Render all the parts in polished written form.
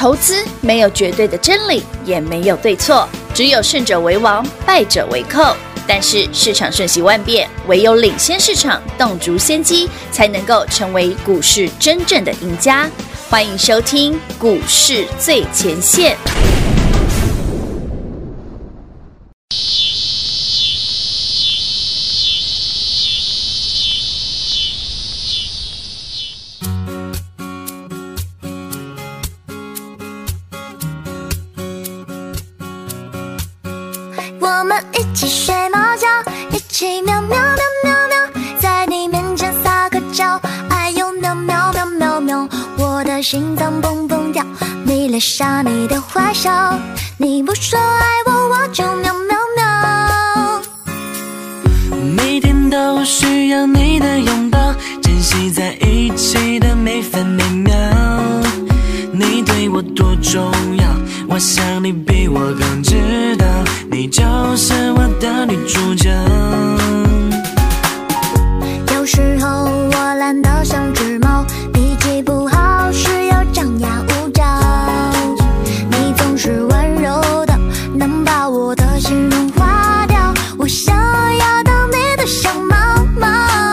投资没有绝对的真理，也没有对错，只有胜者为王，败者为寇。但是市场瞬息万变，唯有领先市场，洞烛先机，才能够成为股市真正的赢家。欢迎收听股市最前线。 我们一起睡猫觉，一起喵喵喵喵喵，在你面前撒个娇，哎呦喵喵喵喵喵，我的心脏蹦蹦跳，迷恋上你的坏笑，你不说爱我，我就喵喵喵。 每天都需要你的拥抱，珍惜在一起的每分每秒，你对我多重要，我想你比我更知道，你就是我的女主角。 有时候我懒得像只猫，脾气不好时又张牙舞爪，你总是温柔的，能把我的心融化掉，我想要当你的小猫猫。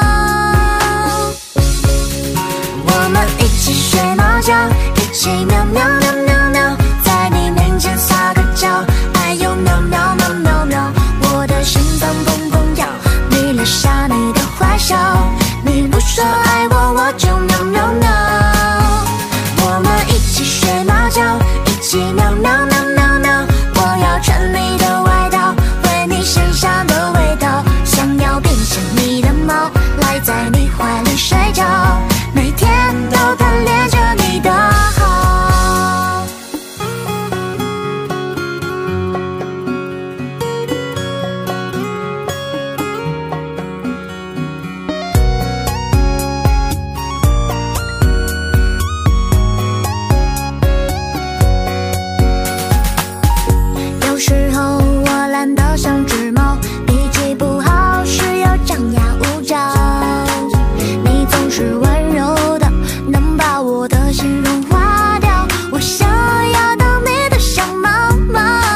我们一起睡猫觉，一起喵喵喵喵喵，在你面前撒个娇，哎呦喵喵喵喵喵，我的心脏蹦蹦跳，迷恋上你的坏笑，你不说爱我，我就喵喵喵。我们一起睡猫觉，一起喵喵喵喵喵，我要穿你的外套，闻你身上的味道，想要变成你的猫，赖在你怀里睡觉，每天都贪恋着你的好。有时候我懒得像只猫，脾气不好时又张牙舞爪，你总是温柔的，能把我的心融化掉，我想要当你的小猫猫。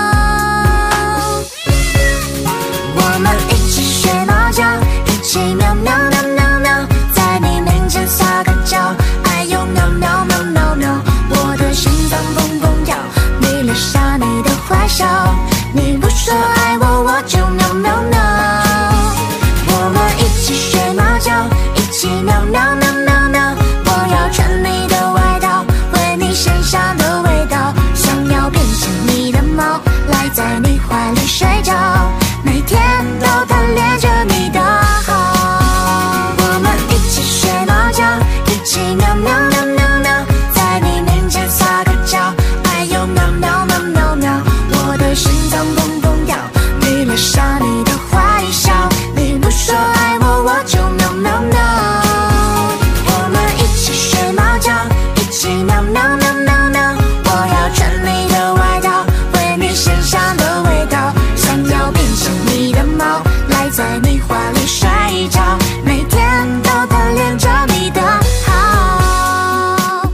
我们一起睡猫觉，一起喵喵喵喵喵，在你面前撒个娇，哎呦喵喵喵喵喵，我的心脏蹦蹦跳，迷恋上你的坏笑，你不说爱我，我就喵喵喵。我们一起睡猫觉，一起喵喵喵喵喵，我要穿你的外套，闻你身上的味道，想要变成你的猫，赖在你怀里睡觉，每天都贪恋着你的好。我们一起睡猫觉，一起喵喵喵喵喵，在你面前撒个娇，哎呦喵喵喵喵喵，我的心脏蹦蹦跳，迷恋上你的坏笑，你不说爱我，我就喵喵喵。我们一起睡猫觉，一起喵喵喵喵喵，我要穿你的外套，闻你身上的味道，想要变成你的猫，赖在你怀里睡觉，每天都贪恋着你的好。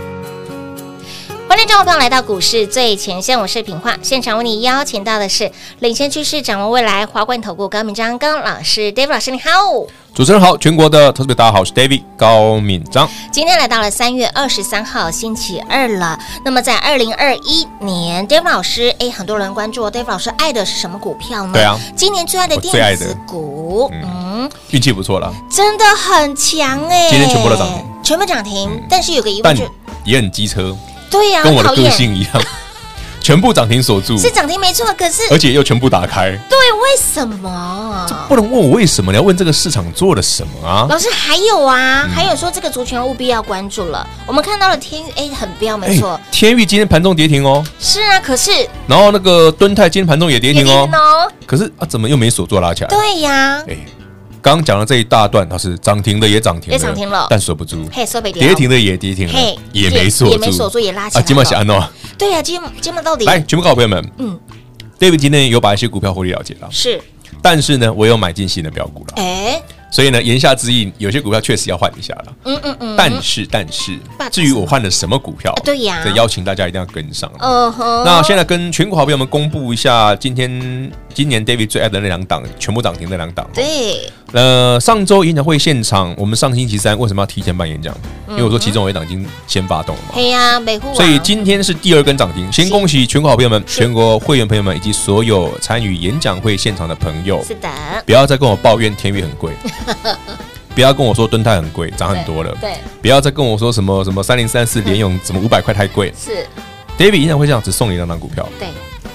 欢迎众朋友来到股市最前线，我是品化，现场为你邀请到的是领先趋势、掌握未来华冠投顾高敏章高老师 ，David 老师你好。 主持人好，全国的投资者大家好，我是 David 高敏章。 今天来到了3月23号星期二了。那么在2021年 ，David 老师，很多人关注哦 ，David 老师爱的是什么股票呢？ 对啊， 今年最爱的电子股， 运气不错了， 真的很强哎。 今天全部都涨停， 全部涨停，但是有个疑问， 也很机车， 对呀， 跟我的个性一样。全部涨停锁住， 是涨停没错，可是而且又全部打开。 对，为什么？ 这不能问我为什么，你要问这个市场做了什么啊？ 老师还有啊，还有说这个族群务必要关注了。我们看到了天宇，很飙，没错。 天宇今天盘中跌停哦。 是啊，可是然后那个敦泰今天盘中也跌停哦。可是怎么又没锁住拉起来？ 对呀。 刚刚讲的这一大段，它是涨停的也涨停了，但锁不住；跌停的也跌停了，也没锁住， 也拉起来。 今晚是安诺。 对呀，今晚到底来，全部告诉朋友们，David 今天有把一些股票获利了结了， 是， 但是呢，我有买进新的标股了。 所以呢，言下之意，有些股票确实要换一下了。但是，至于我换了什么股票， 对呀， 这邀请大家一定要跟上。那现在跟全国好朋友们公布一下，今年 David 最爱的那2档全部涨停的2档。 对。 上周演讲会现场，我们上星期三为什么要提前办演讲？因为我说其中有一档已经先发动了嘛。 对呀，美户。 所以今天是第2根涨停，先恭喜全国好朋友们、全国会员朋友们以及所有参与演讲会现场的朋友。 是的。 不要再跟我抱怨天宇很贵。不要跟我说敦泰很贵，涨很多了。 对， 不要再跟我说什么3034联咏什么500块太贵。 是 ，David 演讲会这样只送你2档股票。 对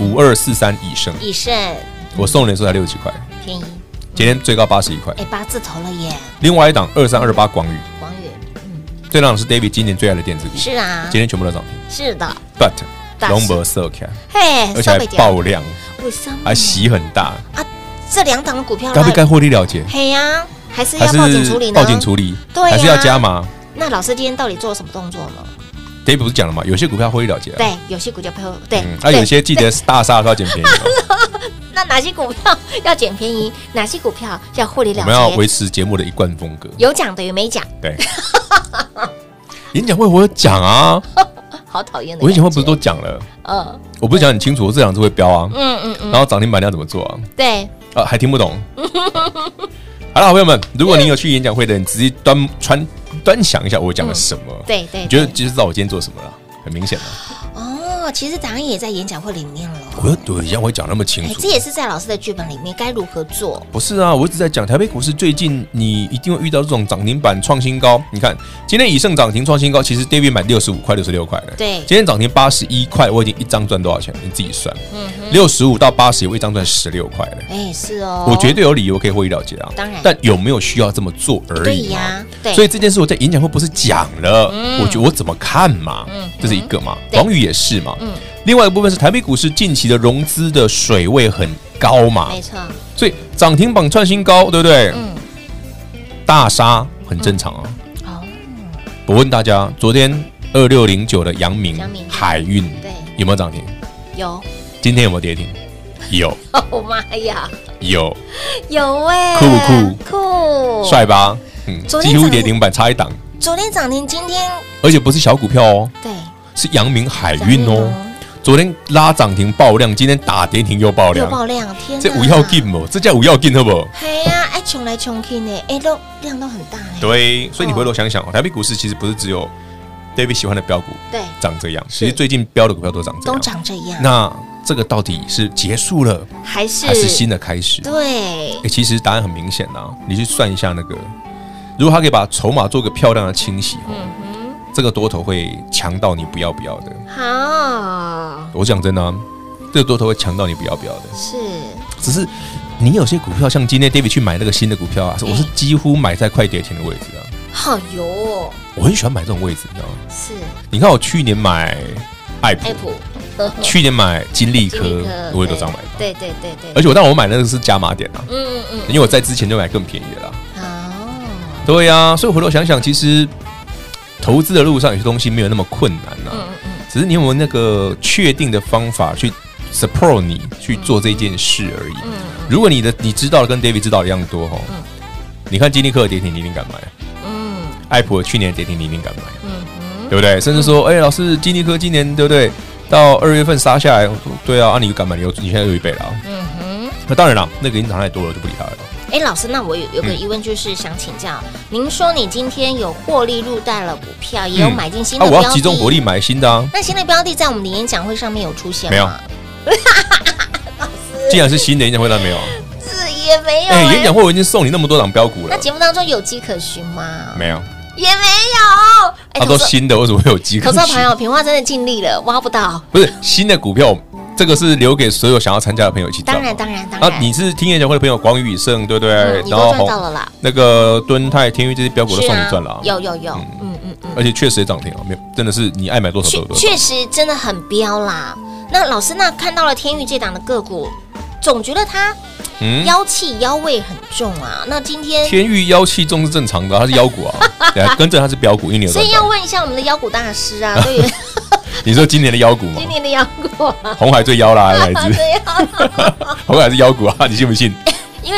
，5243以盛，我送你的时候才60几块， 便宜。 今天最高81块 ，8字头了耶。 另外一档2328广宇，这档是 David 今年最爱的电子股。 是啊， 今天全部都涨停。 是的 ，But 龙博色看，而且还爆量， 为什么？ 还洗很大啊！这2档的股票该获利了结？ 嘿呀。还是要报警处理呢？ 报警处理， 对， 还是要加码？ 那老师今天到底做了什么动作呢 ？David 不是讲了吗？有些股票获利了结， 对，有些股票对， 有些记得大杀都要捡便宜。 那哪些股票要捡便宜？哪些股票要获利了结？ 我们要维持节目的一贯风格， 有讲等于没讲。 对，演讲会我有讲啊， 好讨厌的。 我演讲会不是都讲了？我不是讲很清楚，我这2次会标啊，然后涨停板要怎么做啊？ 对， 还听不懂。好了，好朋友们，如果你有去演讲会的，你直接端详一下我讲了什么。 对， 你觉得就知道我今天做什么了，很明显了。 其实答案也在演讲会里面了。 我演讲会讲那么清楚， 这也是在老师的剧本里面该如何做。 不是啊，我一直在讲台北股市最近你一定会遇到这种涨停板创新高。你看今天以盛涨停创新高，其实 David 买65块、66块了。 对， 今天涨停81块，我已经一张赚多少钱？你自己算。65到80，我一张赚16块了。 是哦， 我绝对有理由可以获利了结啊。 当然， 但有没有需要这么做而已？ 对呀，对。 所以这件事我在演讲会不是讲了，我觉得我怎么看嘛，这是一个嘛。广宇也是嘛。另外一个部分是台北股市近期的融资的水位很高嘛， 没错， 所以涨停板创新高，对不对？大杀很正常啊。我问大家，昨天2609的阳明海运有没有涨停？ 有。 今天有没有跌停？有。 哦妈呀！ 有酷不酷？ 酷， 帅吧？几乎跌停板，差一档。 昨天涨停，今天而且不是小股票哦， 对， 是阳明海运哦。昨天拉涨停爆量，今天打跌停又爆量， 天哪！ 这五要进哦，这叫五要进，好不好？ 系啊，冲来冲去呢，量都很大呢。 对，所以你回头想想，台北股市其实不是只有 David 喜欢的标股长这样，其实最近标的股票都长这样。那这个到底是结束了，还是新的开始？ 对， 其实答案很明显呐，你去算一下那个，如果他可以把筹码做个漂亮的清洗，这个多头会强到你不要的。好，我讲真的啊，这个多头会强到你不要的。是，只是你有些股票，像今天 David 去买那个新的股票啊，我是几乎买在快跌停的位置啊。好油哦！我很喜欢买这种位置，你知道吗？是。你看我去年买爱普，去年买金利科，我也都这样买。对。而且我买那个是加码点啊。因为我在之前就买更便宜的啦。哦。对啊，所以回头想想，其实投资的路上有些东西没有那么困难啊。只是你有没有那个确定的方法去 support 你去做这件事而已。如果你知道的跟 David 知道的一样多哈，你看金利科的跌停，你一定敢买。爱普的去年跌停，你一定敢买。对不对？甚至说，老师，金利科今年对不对？到2月份杀下来，对啊，你敢买？你现在又1倍了。那当然了，那个已经涨太多了，就不理他了。 老师，那我有个疑问，就是想请教您，说你今天有获利入袋了股票，也有买进新的标的， 我要集中火力买新的啊。 那新的标的在我们的演讲会上面有出现吗？ 没有。老师，既然是新的演讲会，那没有。 是也没有。 演讲会我已经送你那么多档标股了， 那节目当中有迹可循吗？ 没有， 也没有。 它都新的，为什么会有迹可循？ 投资朋友，平花真的尽力了，挖不到。 不是新的股票。这个是留给所有想要参加的朋友一起赚。 当然。 你是听演讲会的朋友，广宇以盛，对不对？ 然后赚到了啦。 那个敦泰、天宇这些标股都送你赚了啊。 有。 而且确实也涨停了，没有，真的是你爱买多少都有多少。 确实真的很飙啦。那老师，那看到了天宇这档的个股，总觉得它妖气妖味很重啊。那今天天宇妖气重是正常的，它是妖股啊。对啊，跟着它是标股，因为所以要问一下我们的妖股大师啊，对于。 你说今年的妖股吗？ 今年的妖股， 红海最妖啦，还是红海是妖股啊？你信不信？ 因为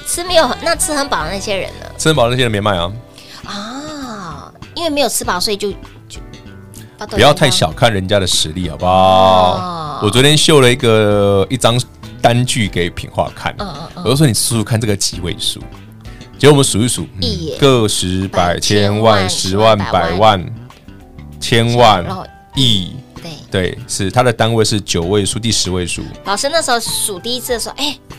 吃很饱的那些人呢？ 吃很饱的那些人没卖啊。 因为没有吃饱，所以就不要太小看人家的实力，好不好？我昨天秀了一张单据给品化看，我就说你数数看这个几位数，结果我们数一数，个十百千万十万百万千万亿，对，是它的单位是9位数，第10位数。 老师那时候数第一次的时候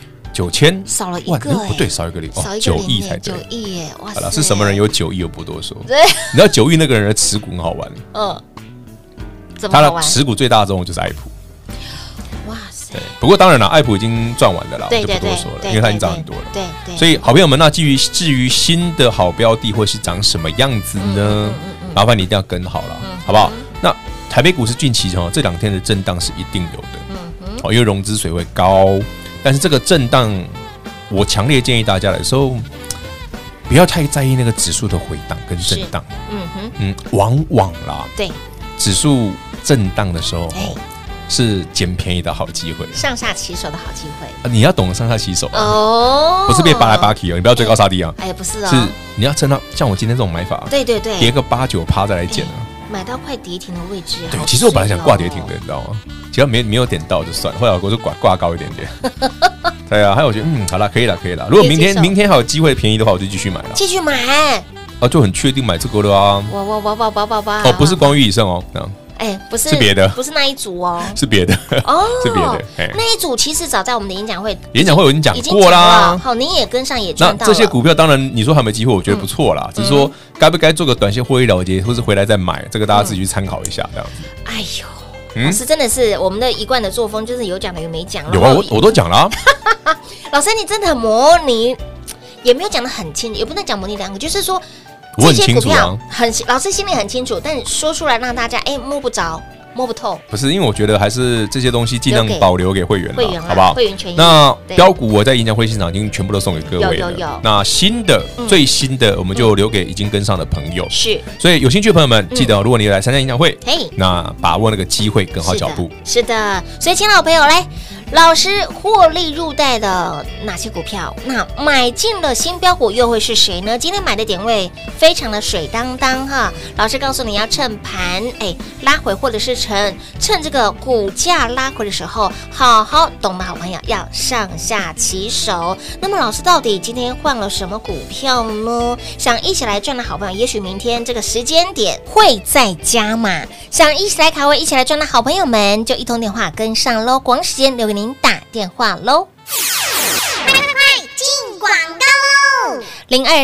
，9000 少了一个， 不对，少一个零，9亿才对 ，9亿耶！哇塞， 好了，是什么人有9亿？我不多说。 对， 你知道9亿那个人的持股很好玩，他的持股最大的中就是爱普。哇塞！不过当然了，爱普已经赚完了啦，我就不多说了，因为它已经涨很多了。对，所以好朋友们，那至于新的好标的会是长什么样子呢？麻烦你一定要跟好了，好不好？那台北股市近期这2天的震荡是一定有的，因为融资水位高。但是这个震荡，我强烈建议大家的时候，不要太在意那个指数的回档跟震荡。往往啦，对，指数震荡的时候，是捡便宜的好机会， 上下其手的好机会。 你要懂得上下其手不是被扒来扒去哦，你不要追高杀低啊。 不是是你要趁到像我今天这种买法， 对， 跌个8、9%再来捡啊。 买到快跌停的位置， 对，其实我本来想挂跌停的，你知道吗？只要没有点到就算了，后来我就挂高一点点。对啊，还有我觉得好了，可以了。如果明天还有机会便宜的话，我就继续买了。 继续买就很确定买这个了啊！ 哇！ 不是光裕以盛哦， 不是， 是别的， 不是那一组哦， 是别的是别的。 那一组其实早在我们的演讲会我已经讲过啦。 好，您也跟上也赚到了。 那这些股票当然你说还没机会，我觉得不错啦，只是说该不该做个短线获利了结，或是回来再买，这个大家自己去参考一下，这样子。 老师真的是我们的一贯的作风，就是有讲的有没讲。 有啊，我都讲了。 老师，你真的很模拟，也没有讲得很清楚，也不能讲模拟两个，就是说。 我很清楚啊， 老师心里很清楚，但说出来让大家摸不着、摸不透。 不是，因为我觉得还是这些东西尽量保留给会员了，好不好？ 会员权益。 那标股我在演讲会现场已经全部都送给各位了。 有。 那最新的我们就留给已经跟上的朋友。 是。 所以有兴趣的朋友们，记得如果你来参加演讲会，那把握那个机会，跟好脚步。 是的，所以亲爱的朋友来。老师获利入袋的哪些股票？那买进了新标股又会是谁呢？今天买的点位非常的水当当哈。老师告诉你要趁盘拉回，或者是趁这个股价拉回的时候，好好懂的好朋友要上下其手。那么老师到底今天换了什么股票呢？想一起来赚的好朋友，也许明天这个时间点会再加码。想一起来卡位、一起来赚的好朋友们，就一通电话跟上喽。广时间留给您打电话喽， 快进广告喽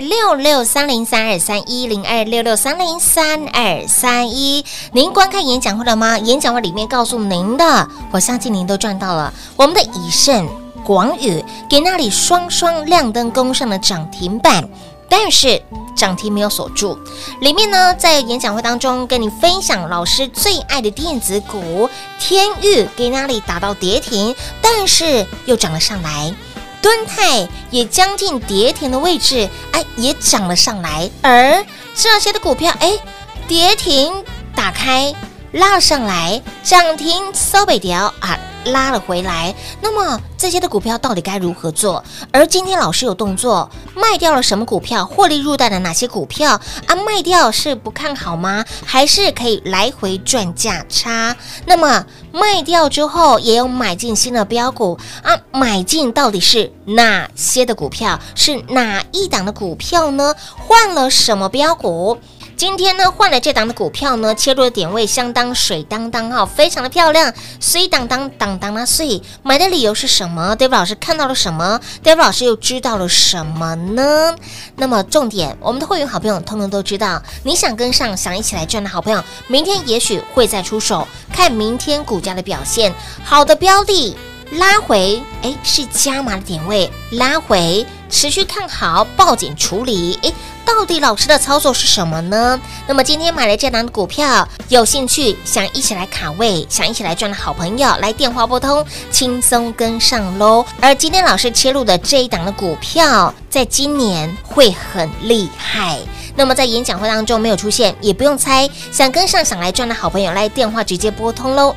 ！0266303231，0266303231。您观看演讲会了吗？演讲会里面告诉您的，我相信您都赚到了。我们的以盛、广宇给那里双亮灯攻上了涨停板。但是涨停没有锁住，里面呢，在演讲会当中跟你分享老师最爱的电子股天钰给哪里打到跌停，但是又涨了上来，敦泰也将近跌停的位置，也涨了上来，而这些的股票，跌停打开拉了上来，涨停收北调拉了回来。那么这些的股票到底该如何做？而今天老师有动作，卖掉了什么股票？获利入袋的哪些股票卖掉是不看好吗？还是可以来回赚价差？那么卖掉之后也有买进新的标股买进到底是哪些的股票？是哪一档的股票呢？换了什么标股？今天呢换了这档的股票呢，切入的点位相当水当当非常的漂亮，水当当啊水。买的理由是什么 ？David 老师看到了什么 ？David 老师又知道了什么呢？那么重点，我们的会员好朋友通通都知道。你想跟上，想一起来赚的好朋友，明天也许会再出手，看明天股价的表现。好的标的拉回，是加码的点位，拉回持续看好，报警处理。到底老师的操作是什么呢？那么今天买了这档的股票，有兴趣想一起来卡位，想一起来赚的好朋友，来电话拨通，轻松跟上喽。而今天老师切入的这一档的股票，在今年会很厉害。那么在演讲会当中没有出现，也不用猜，想跟上想来赚的好朋友，来电话直接拨通喽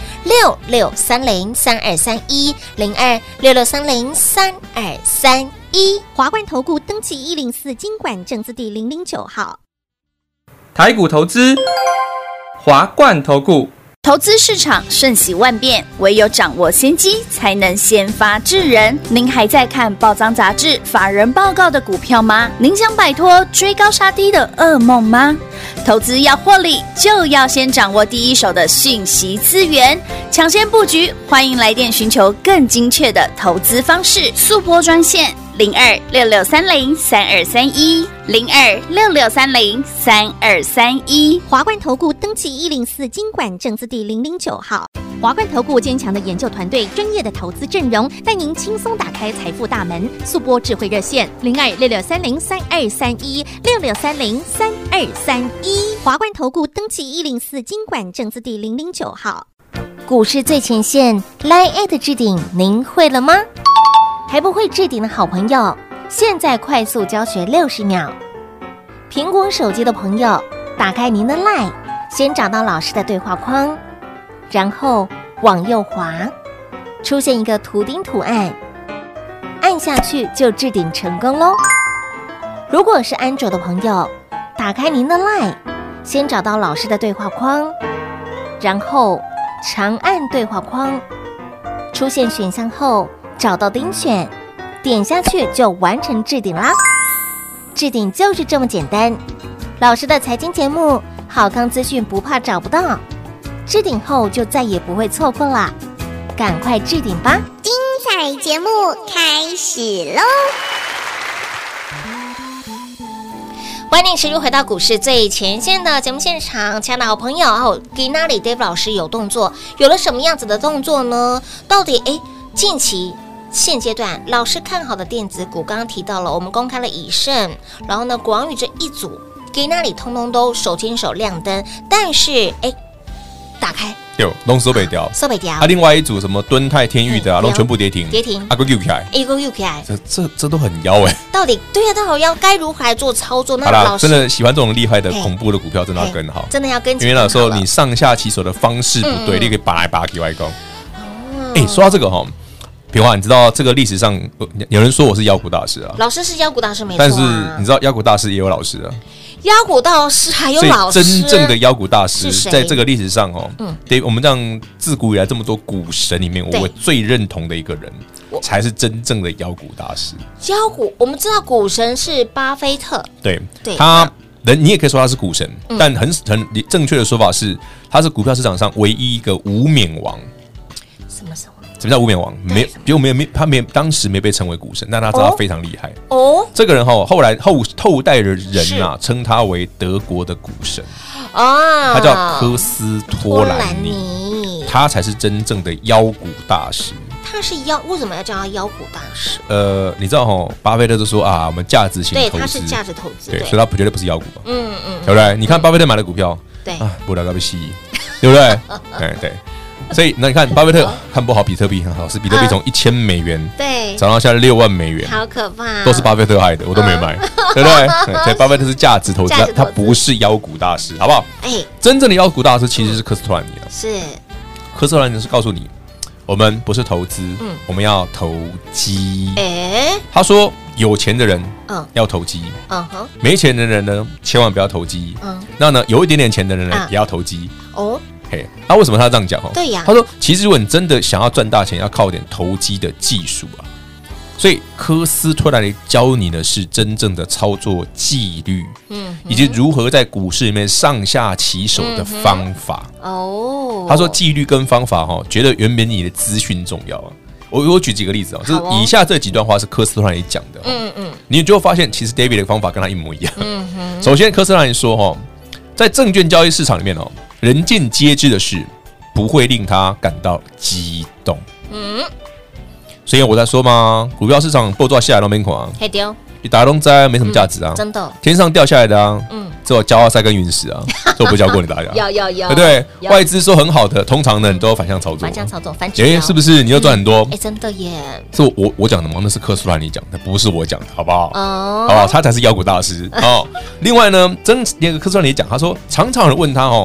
，0266303231，0266303231。 华冠投顾登记104金管证字第009号。 台股投资，华冠投顾。 投资市场瞬息万变，唯有掌握先机，才能先发制人。您还在看报章杂志、法人报告的股票吗？您想摆脱追高杀低的噩梦吗？投资要获利，就要先掌握第一手的讯息资源，抢先布局。欢迎来电寻求更精确的投资方式，速拨专线02-6630-3231，02-6630-3231。 华冠投顾登记104金管证字第009号。华冠投顾坚强的研究团队，专业的投资阵容，带您轻松打开财富大门。速拨智慧热线02-6630-3231，6630-3231。华冠投顾登记104金管证字第009号。 股市最前线 LINE@ 置顶，您会了吗？还不会置顶的好朋友，现在快速教学60秒。苹果手机的朋友，打开您的 LINE， 先找到老师的对话框，然后往右滑，出现一个图钉图案，按下去就置顶成功咯。如果是安卓的朋友，打开您的 LINE， 先找到老师的对话框，然后长按对话框，出现选项后找到钉选，点下去就完成置顶啦。置顶就是这么简单。老师的财经节目，好康资讯不怕找不到，置顶后就再也不会错过啦，赶快置顶吧！ 彩节目开始喽！ 欢迎持续回到股市最前线的节目现场，亲爱的好朋友，给哪里 Dave 老师有动作，有了什么样子的动作呢？到底近期现阶段老师看好的电子股，刚刚提到了，我们公开了以盛，然后呢广宇这一组，给哪里通通都手牵手亮灯，但是打开有弄收北调， 收北调另外一组什么敦泰天域的弄全部跌停， 啊个 U 起来， 一个 U 起来， 这都很妖到底对啊，到底要该如何来做操作？那好啦， 老师真的喜欢这种厉害的恐怖的股票，真的要跟好， 真的要跟， 因为那时候你上下其手的方式不对，你可以拔来拔去外公。说到这个平华，你知道这个历史上有人说我是妖股大师啊， 老师是妖股大师没错， 但是你知道妖股大师也有老师啊， 妖股大师还有老师， 真正的妖股大师在这个历史上对我们这样自古以来这么多股神里面，我最认同的一个人，才是真正的妖股大师。 妖股，我们知道股神是巴菲特，对， 他人你也可以说他是股神，但很正确的说法是，他是股票市场上唯一一个无冕王。什么叫无冕王？他当时没被称为股神，但他知道他非常厉害。这个人后来后代的人称他为德国的股神他叫科斯托兰尼，他才是真正的妖股大师。 他是为什么要叫他妖股大师？ 你知道巴菲特就说我们价值型投资， 对，他是价值投资， 对，所以他绝对不是妖股嘛，对不对？你看巴菲特买的股票， 对不拉高被吸，对不对？对。所以那你看，巴菲特看不好比特币很好，是比特币从1000美元涨到现在6万美元， 好可怕， 都是巴菲特害的，我都没买，对不对？所以巴菲特是价值投资，他不是妖股大师，好不好？真正的妖股大师其实是科斯托兰尼啊， 是科斯托兰尼是告诉你，我们不是投资，我们要投机。他说有钱的人要投机，没钱的人呢千万不要投机。那呢有一点点钱的人呢也要投机。为什么他这样讲？ 对呀， 他说其实如果你真的想要赚大钱，要靠点投机的技术啊。所以科斯托兰尼教你的是真正的操作纪律，以及如何在股市里面上下其手的方法。他说纪律跟方法觉得远比你的资讯重要啊。我举几个例子就是以下这几段话是科斯托兰尼讲的。你就会发现其实 David 的方法跟他一模一样。首先科斯托兰尼说在证券交易市场里面人尽皆知的事不会令他感到激动。所以我在说嘛，股票市场报价下来都没款，大家都在没什么价值啊，真的，天上掉下来的只有骄傲赛跟陨石啊，这我不教过你大家， 有， 对不对？外资说很好的，通常呢你都反向操作， 反指标， 是不是？你又赚很多？ 真的耶！ 是我讲的吗？那是科斯托兰尼讲的，不是我讲的，好不好？好不好？他才是妖股大师。另外呢，那个科斯托兰尼讲，他说常常有人问他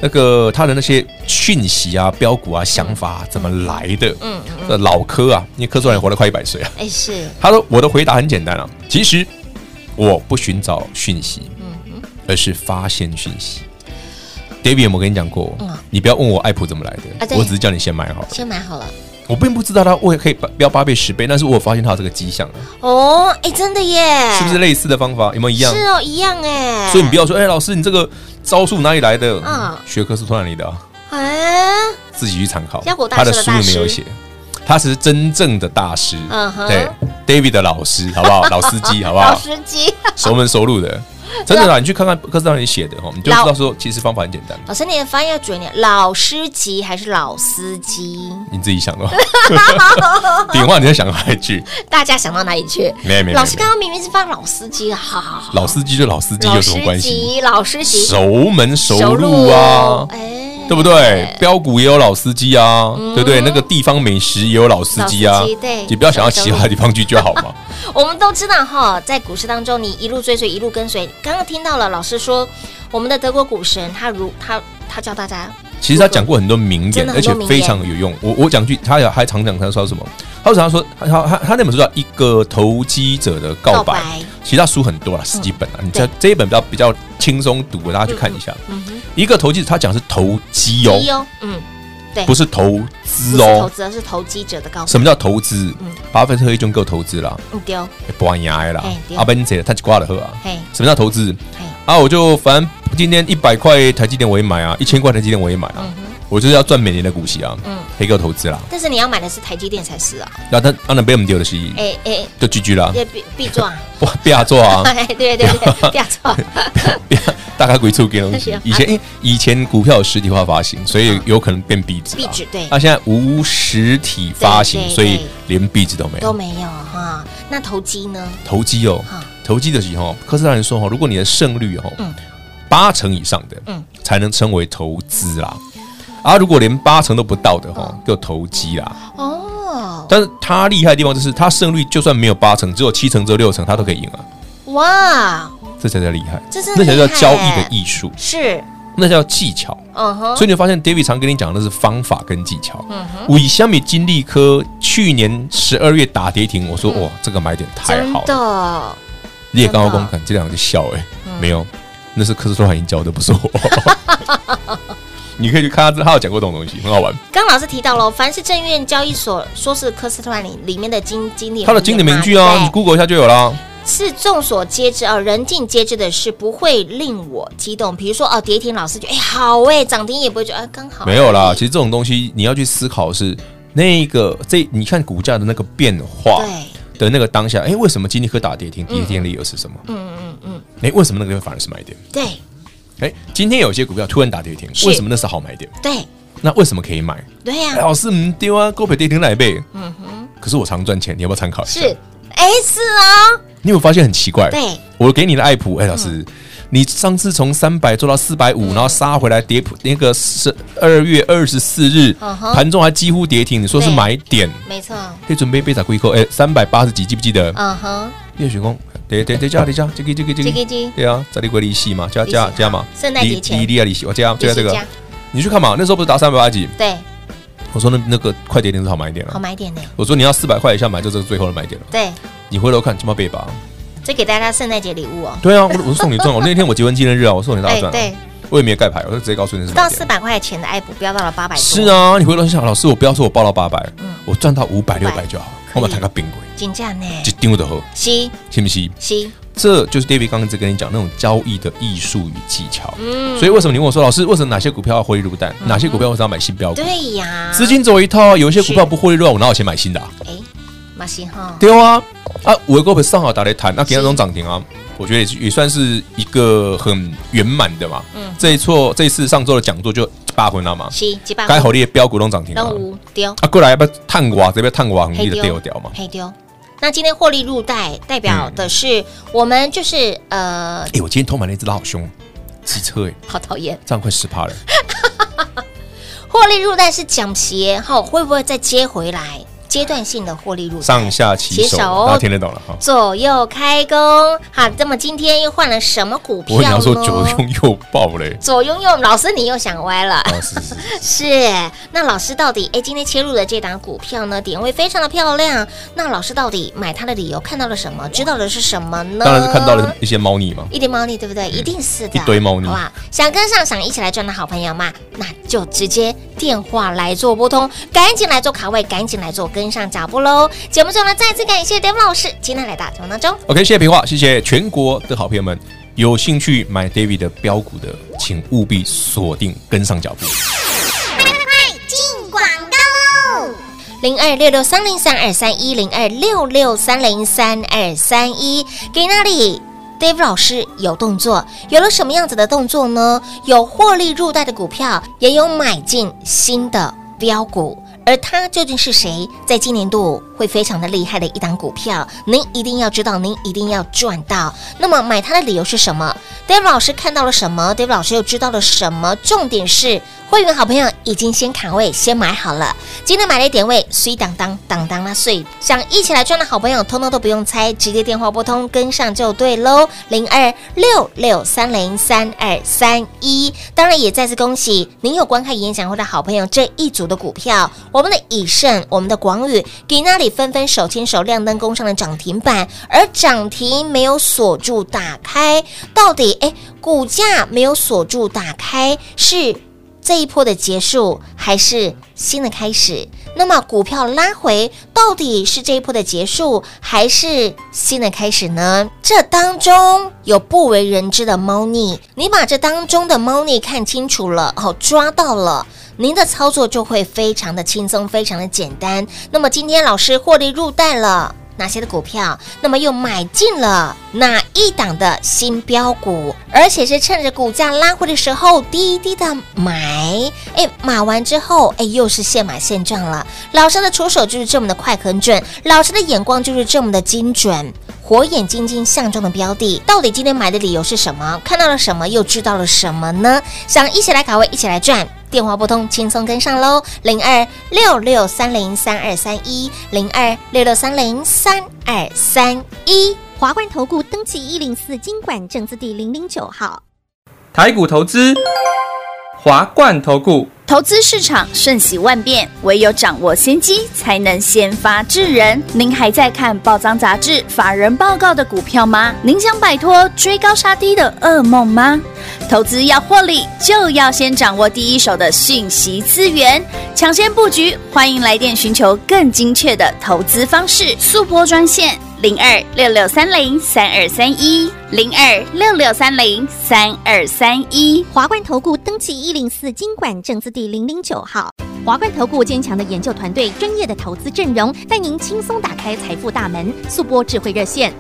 那个他的那些讯息啊、标股啊、想法怎么来的？老柯啊，因为柯主任活得快100岁啊。 是。 他说我的回答很简单啊，其实我不寻找讯息，而是发现讯息。David 有没有跟你讲过？你不要问我爱普怎么来的，我只是叫你先买好了。 先买好了。 我并不知道它可以飙8倍、10倍，但是我发现它有这个迹象了。 哦，真的耶！ 是不是类似的方法？有没有一样？ 是哦，一样哎。 所以你不要说，老师，你这个招数哪里来的？学科是突然里的啊。自己去参考。他的书没有写，他是真正的大师。对 ，David 的老师，好不好？老司机，好不好？ 老司机， 熟门熟路的。真的啦，你去看看科斯特里写的你就知道说，其实方法很简单。 老师，你的发音要准一点，老司机还是老司机？ 你自己想的。顶话你在想到哪里去？ 大家想到哪里去？ 没。 老师刚刚明明是放老司机，好。 老司机就老司机有什么关系？ 老司机， 熟门熟路啊，对不对？标股也有老司机啊，对不对？那个地方美食也有老司机啊， 对， 你不要想到其他地方去就好嘛。 我们都知道哈，在股市当中，你一路追随，一路跟随。刚刚听到了老师说，我们的德国股神，他教大家， 其实他讲过很多名言，而且非常有用。我讲句，他还常讲他说什么？他常说他那本书叫《一个投机者的告白》，其实他书很多啦，10几本啦。你这一本比较轻松读，大家去看一下。一个投机者，他讲是投机哦， 对， 不是投资哦， 投资是投机者的告白。 什么叫投资？巴菲特一种够投资啦， 对， 不玩牙的啦，阿本这他就挂了喝啊。什么叫投资？我就反正今天100块台积电我也买啊，1000块台积电我也买啊，我就是要赚每年的股息啊，可以给我投资啦。 但是你要买的是台积电才是啊。 那当然被我们丢的是，就 GG 啦，必做啊，不要做啊， 对，不要做。 大概鬼畜给东西。以前股票有实体化发行，所以有可能变壁纸。 壁纸对。 那现在无实体发行，所以连壁纸都没有。 都没有哈。那投机呢？ 投机投机的时候，科斯大人说如果你的胜率8成以上的，才能称为投资啦。如果连8成都不到的就投机啦。但是他厉害的地方就是，他胜率就算没有8成，只有7成、只有6成，他都可以赢啊。哇！这才叫厉害，那才叫交易的艺术， 是那叫技巧。所以你会发现 David 常跟你讲的是方法跟技巧。以小米金利科去年12月打跌停，我说哇，这个买点太好了。真的，你也刚刚公看这两个就笑没有，那是科斯托兰教的，不是我。你可以去看他有讲过这种东西，很好玩。 刚老师提到了，凡是证券交易所说是科斯托兰里面的经理， 他的经典名句啊，你 Google 一下就有啦。 是众所皆知人尽皆知的事，不会令我激动。比如说跌停，老师就好涨停也不会觉得刚好。 没有啦，其实这种东西你要去思考是你看股价的那个变化的那个当下，为什么金利科打跌停？跌停理由是什么？为什么那个地方反而是买点？对，今天有些股票突然打跌停，为什么那是好买点？ 对， 那为什么可以买？ 对呀， 老师唔丢啊，股票跌停来倍。可是我常赚钱，你要不要参考一下？ 是啊。 你有没有发现很奇怪？ 对， 我给你的爱普，老师，你上次从300做到450，然后杀回来跌，那个是2月24日，盘中还几乎跌停，你说是买点， 没错， 可以准备被打龟扣，380几，记不记得？叶雪公，对，这个，对啊，在利贵利息嘛，加嘛， 圣诞节前利息，我加这个，你去看嘛，那时候不是打380几？ 对。 我说那个快跌停是好买点了， 好买点呢。 我说你要400块以下买，就这个最后的买点了。 对， 你回头看鸡毛背吧， 这给大家圣诞节礼物哦。 对啊，我送你赚那天我结婚纪念日啊，我送你大赚。 对， 我也没有盖牌，我就直接告诉你是到400块钱的爱普飙到了800多。 是啊，你回头想，老师我不要说我报到800，我赚到500、600就好，我们谈个冰柜， 金价呢， 一丢就好， 是不是？ 是。 这就是 David 刚刚在跟你讲那种交易的艺术与技巧。所以为什么你问我说，老师为什么哪些股票要获利入袋，哪些股票为什么要买新标股？ 对呀， 资金走一套，有一些股票不获利入袋，我哪有钱买新的？ 买新哈？对啊，我的股票上好打来谈，那给那种涨停啊，我觉得也算是一个很圆满的嘛。这一次上周的讲座就8分了嘛，该获利的标股都涨停了，过来要不要探瓜，这边探瓜很厉的掉嘛， 黑丢。那今天获利入袋，代表的是我们就是我今天偷买那只拉好凶，机车好讨厌， 这样快10%了。 获利入袋是讲皮会不会再接回来？ 阶段性的获利入袋， 上下其手，大家听得懂了哈。 左右开弓，好，那么今天又换了什么股票呢？ 我想说左拥右抱嘞， 左拥右，老师你又想歪了。 是， 那老师到底今天切入的这档股票呢，点位非常的漂亮。那老师到底买它的理由看到了什么？知道的是什么呢？ 当然是看到了一些猫腻嘛， 一堆猫腻，对不对？一定是的， 一堆猫腻。 好吧，想跟上，想一起来赚的好朋友嘛，那就直接电话来做拨通，赶紧来做卡位，赶紧来做跟上脚步喽。节目中呢，再次感谢 David 老师今天来到节目当中。 OK， 谢谢平话，谢谢全国的好朋友们。有兴趣买 David 的标股的，请务必锁定跟上脚步。 0266303231，0266303231，给那里。David 老师有动作，有了什么样子的动作呢？有获利入袋的股票，也有买进新的标股。而他究竟是谁？在今年度会非常的厉害的一档股票，您一定要知道，您一定要赚到。那么买它的理由是什么？ David 老师看到了什么？ David 老师又知道了什么？重点是会员好朋友已经先卡位，先买好了。今天买了一点位，碎当当当当啦碎，想一起来赚的好朋友，通通都不用猜，直接电话拨通，跟上就对喽。0266303231，当然也再次恭喜您有观看演讲会的好朋友，这一组的股票，我们的以盛，我们的广宇，给那里纷纷手牵手亮灯攻上了涨停板，而涨停没有锁住打开，到底股价没有锁住打开是这一波的结束还是新的开始？那么股票拉回到底是这一波的结束还是新的开始呢？这当中有不为人知的猫腻，你把这当中的猫腻看清楚了，抓到了，您的操作就会非常的轻松，非常的简单。那么今天老师获利入袋了哪些的股票？那么又买进了哪一档的新标股？而且是趁着股价拉回的时候低低的买，买完之后又是现买现赚了。老师的出手就是这么的快很准，老师的眼光就是这么的精准，火眼金睛相中的标的，到底今天买的理由是什么？看到了什么？又知道了什么呢？想一起来卡位，一起来赚，电话拨通，轻松跟上喽，0266303231，0266303231。 华冠投顾登记104金管证字第009号。 台股投资，华冠投顾。 投资市场瞬息万变，唯有掌握先机，才能先发制人。您还在看报章杂志、法人报告的股票吗？您想摆脱追高杀低的噩梦吗？投资要获利，就要先掌握第一手的讯息资源，抢先布局。欢迎来电寻求更精确的投资方式，速拨专线0266303231，0266303231。 华冠投顾登记104金管证字第009号。华冠投顾坚强的研究团队，专业的投资阵容，带您轻松打开财富大门。速拨智慧热线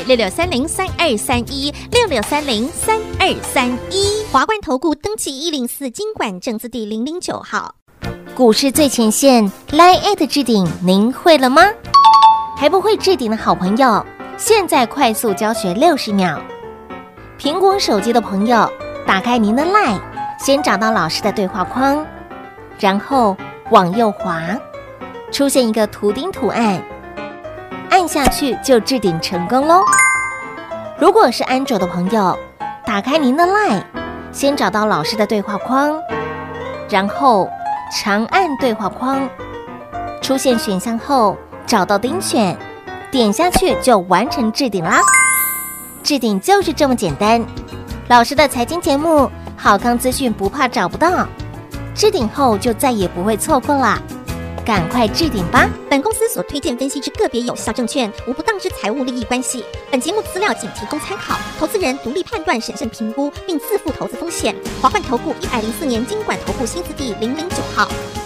0266303231，66303231。华冠投顾登记104金管证字第009号。 股市最前线 LINE@ 置顶，您会了吗？还不会置顶的好朋友，现在快速教学60秒。苹果手机的朋友，打开您的 LINE， 先找到老师的对话框，然后往右滑，出现一个图钉图案，按下去就置顶成功咯。如果是安卓的朋友，打开您的 LINE， 先找到老师的对话框，然后长按对话框，出现选项后找到钉选，点下去就完成置顶啦。置顶就是这么简单。老师的财经节目，好康资讯不怕找不到，置顶后就再也不会错过啦。赶快置顶吧！ 本公司所推荐分析之个别有效证券，无不当之财务利益关系。本节目资料仅提供参考，投资人独立判断、审慎评估，并自负投资风险。华冠投顾104年金管投顾新字第009号。